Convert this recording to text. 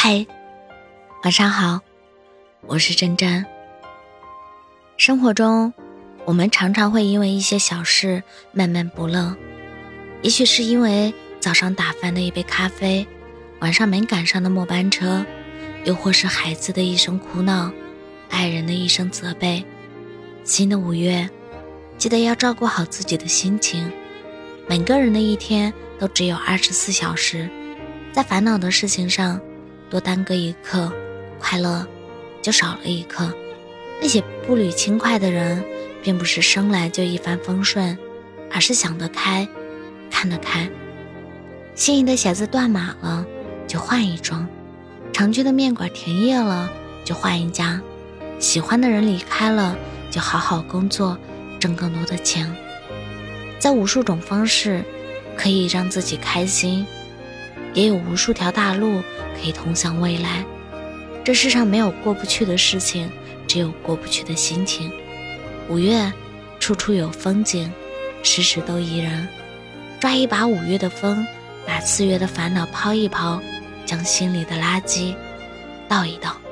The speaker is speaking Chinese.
嗨，晚上好，我是珍珍。生活中，我们常常会因为一些小事闷闷不乐，也许是因为早上打翻的一杯咖啡，晚上没赶上的末班车，又或是孩子的一声哭闹，爱人的一声责备。新的5月，记得要照顾好自己的心情。每个人的一天都只有24小时，在烦恼的事情上多耽搁一刻，快乐就少了一刻。那些步履轻快的人，并不是生来就一帆风顺，而是想得开，看得开。心仪的鞋子断码了，就换一双；常去的面馆停业了，就换一家；喜欢的人离开了，就好好工作，挣更多的钱。在无数种方式可以让自己开心，也有无数条大路可以通向未来。这世上没有过不去的事情，只有过不去的心情。5月，处处有风景，时时都宜人。抓一把5月的风，把4月的烦恼抛一抛，将心里的垃圾倒一倒。